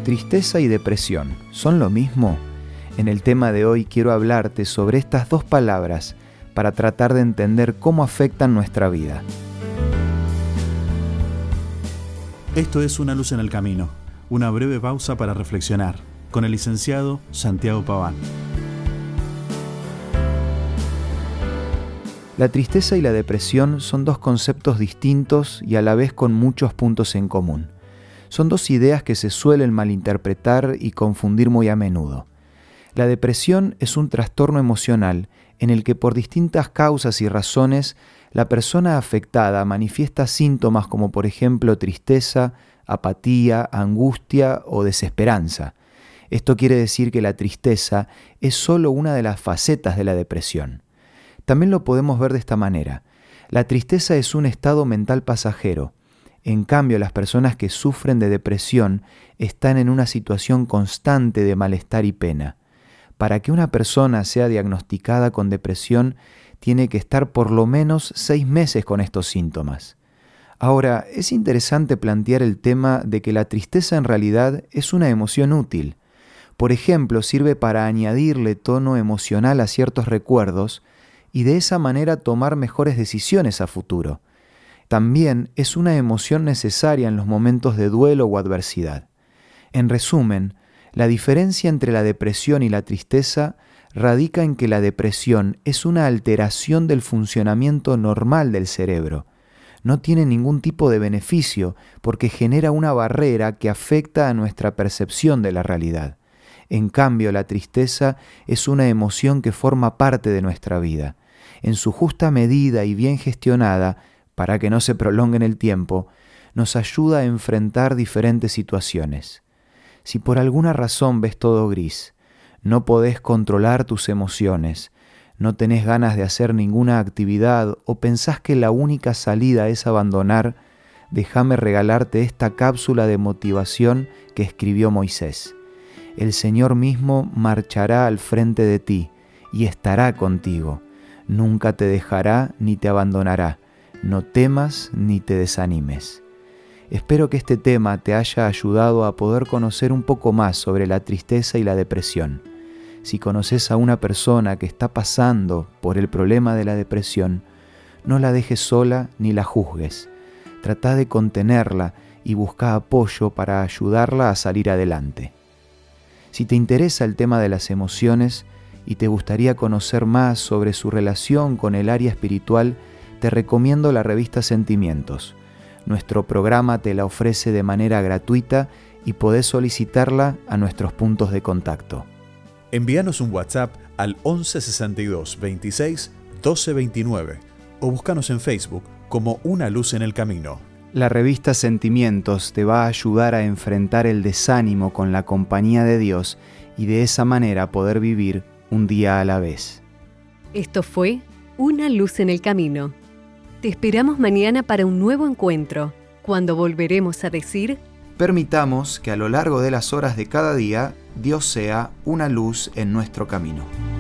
¿Tristeza y depresión son lo mismo? En el tema de hoy quiero hablarte sobre estas dos palabras para tratar de entender cómo afectan nuestra vida. Esto es Una luz en el camino, una breve pausa para reflexionar, con el licenciado Santiago Paván. La tristeza y la depresión son dos conceptos distintos y a la vez con muchos puntos en común. Son dos ideas que se suelen malinterpretar y confundir muy a menudo. La depresión es un trastorno emocional en el que por distintas causas y razones la persona afectada manifiesta síntomas como por ejemplo tristeza, apatía, angustia o desesperanza. Esto quiere decir que la tristeza es solo una de las facetas de la depresión. También lo podemos ver de esta manera. La tristeza es un estado mental pasajero. En cambio, las personas que sufren de depresión están en una situación constante de malestar y pena. Para que una persona sea diagnosticada con depresión, tiene que estar por lo menos 6 meses con estos síntomas. Ahora, es interesante plantear el tema de que la tristeza en realidad es una emoción útil. Por ejemplo, sirve para añadirle tono emocional a ciertos recuerdos y de esa manera tomar mejores decisiones a futuro. También es una emoción necesaria en los momentos de duelo o adversidad. En resumen, la diferencia entre la depresión y la tristeza radica en que la depresión es una alteración del funcionamiento normal del cerebro. No tiene ningún tipo de beneficio porque genera una barrera que afecta a nuestra percepción de la realidad. En cambio, la tristeza es una emoción que forma parte de nuestra vida. En su justa medida y bien gestionada, para que no se prolongue en el tiempo, nos ayuda a enfrentar diferentes situaciones. Si por alguna razón ves todo gris, no podés controlar tus emociones, no tenés ganas de hacer ninguna actividad o pensás que la única salida es abandonar, déjame regalarte esta cápsula de motivación que escribió Moisés. El Señor mismo marchará al frente de ti y estará contigo. Nunca te dejará ni te abandonará. No temas ni te desanimes. Espero que este tema te haya ayudado a poder conocer un poco más sobre la tristeza y la depresión. Si conoces a una persona que está pasando por el problema de la depresión, no la dejes sola ni la juzgues. Trata de contenerla y busca apoyo para ayudarla a salir adelante. Si te interesa el tema de las emociones y te gustaría conocer más sobre su relación con el área espiritual, te recomiendo la revista Sentimientos. Nuestro programa te la ofrece de manera gratuita y podés solicitarla a nuestros puntos de contacto. Envíanos un WhatsApp al 11 62 26 12 29 o búscanos en Facebook como Una luz en el camino. La revista Sentimientos te va a ayudar a enfrentar el desánimo con la compañía de Dios y de esa manera poder vivir un día a la vez. Esto fue Una luz en el camino. Te esperamos mañana para un nuevo encuentro, cuando volveremos a decir: permitamos que a lo largo de las horas de cada día, Dios sea una luz en nuestro camino.